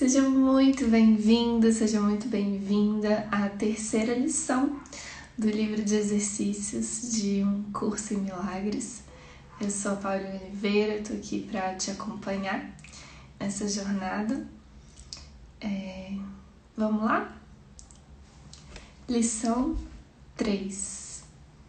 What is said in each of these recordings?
Seja muito bem-vindo, seja muito bem-vinda à terceira lição do livro de exercícios de Um Curso em Milagres. Eu sou a Paula Oliveira, estou aqui para te acompanhar nessa jornada. Vamos lá? Lição 3.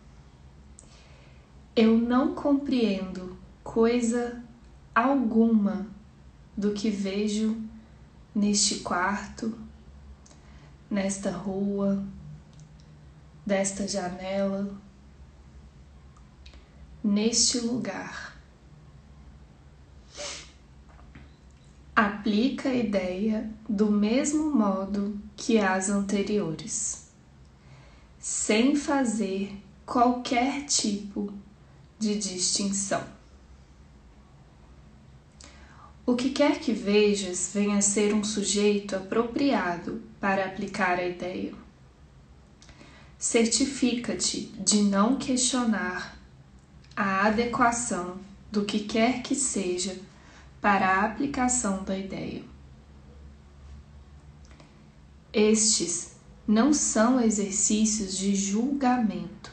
Eu não compreendo coisa alguma do que vejo neste quarto, nesta rua, desta janela, neste lugar. Aplica a ideia do mesmo modo que as anteriores, sem fazer qualquer tipo de distinção. O que quer que vejas venha a ser um sujeito apropriado para aplicar a ideia. Certifica-te de não questionar a adequação do que quer que seja para a aplicação da ideia. Estes não são exercícios de julgamento.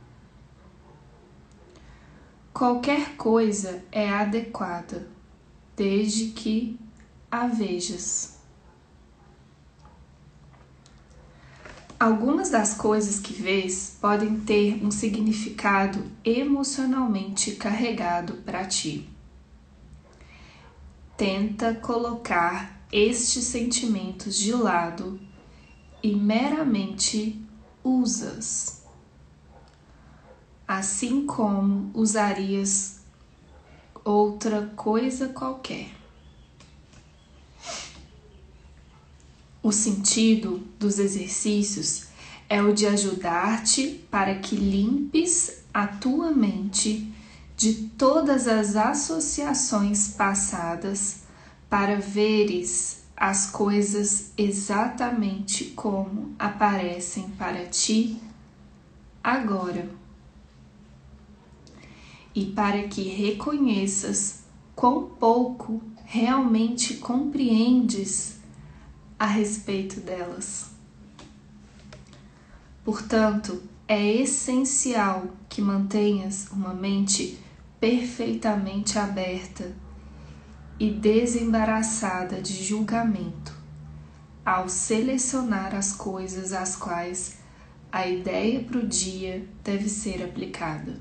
Qualquer coisa é adequada, desde que a vejas. Algumas das coisas que vês podem ter um significado emocionalmente carregado para ti. Tenta colocar estes sentimentos de lado e meramente usas, assim como usarias outra coisa qualquer. O sentido dos exercícios é o de ajudar-te para que limpes a tua mente de todas as associações passadas para veres as coisas exatamente como aparecem para ti agora. E para que reconheças quão pouco realmente compreendes a respeito delas. Portanto, é essencial que mantenhas uma mente perfeitamente aberta e desembaraçada de julgamento ao selecionar as coisas às quais a ideia para o dia deve ser aplicada.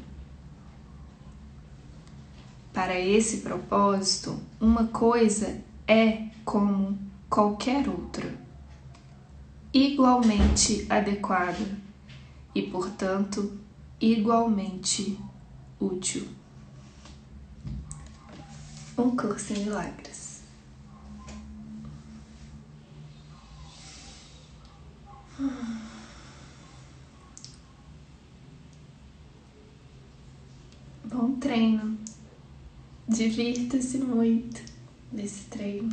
Para esse propósito, uma coisa é como qualquer outra, igualmente adequada e, portanto, igualmente útil. Um Curso em Milagres. Bom treino. Divirta-se muito nesse treino.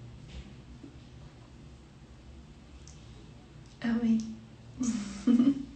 Amém.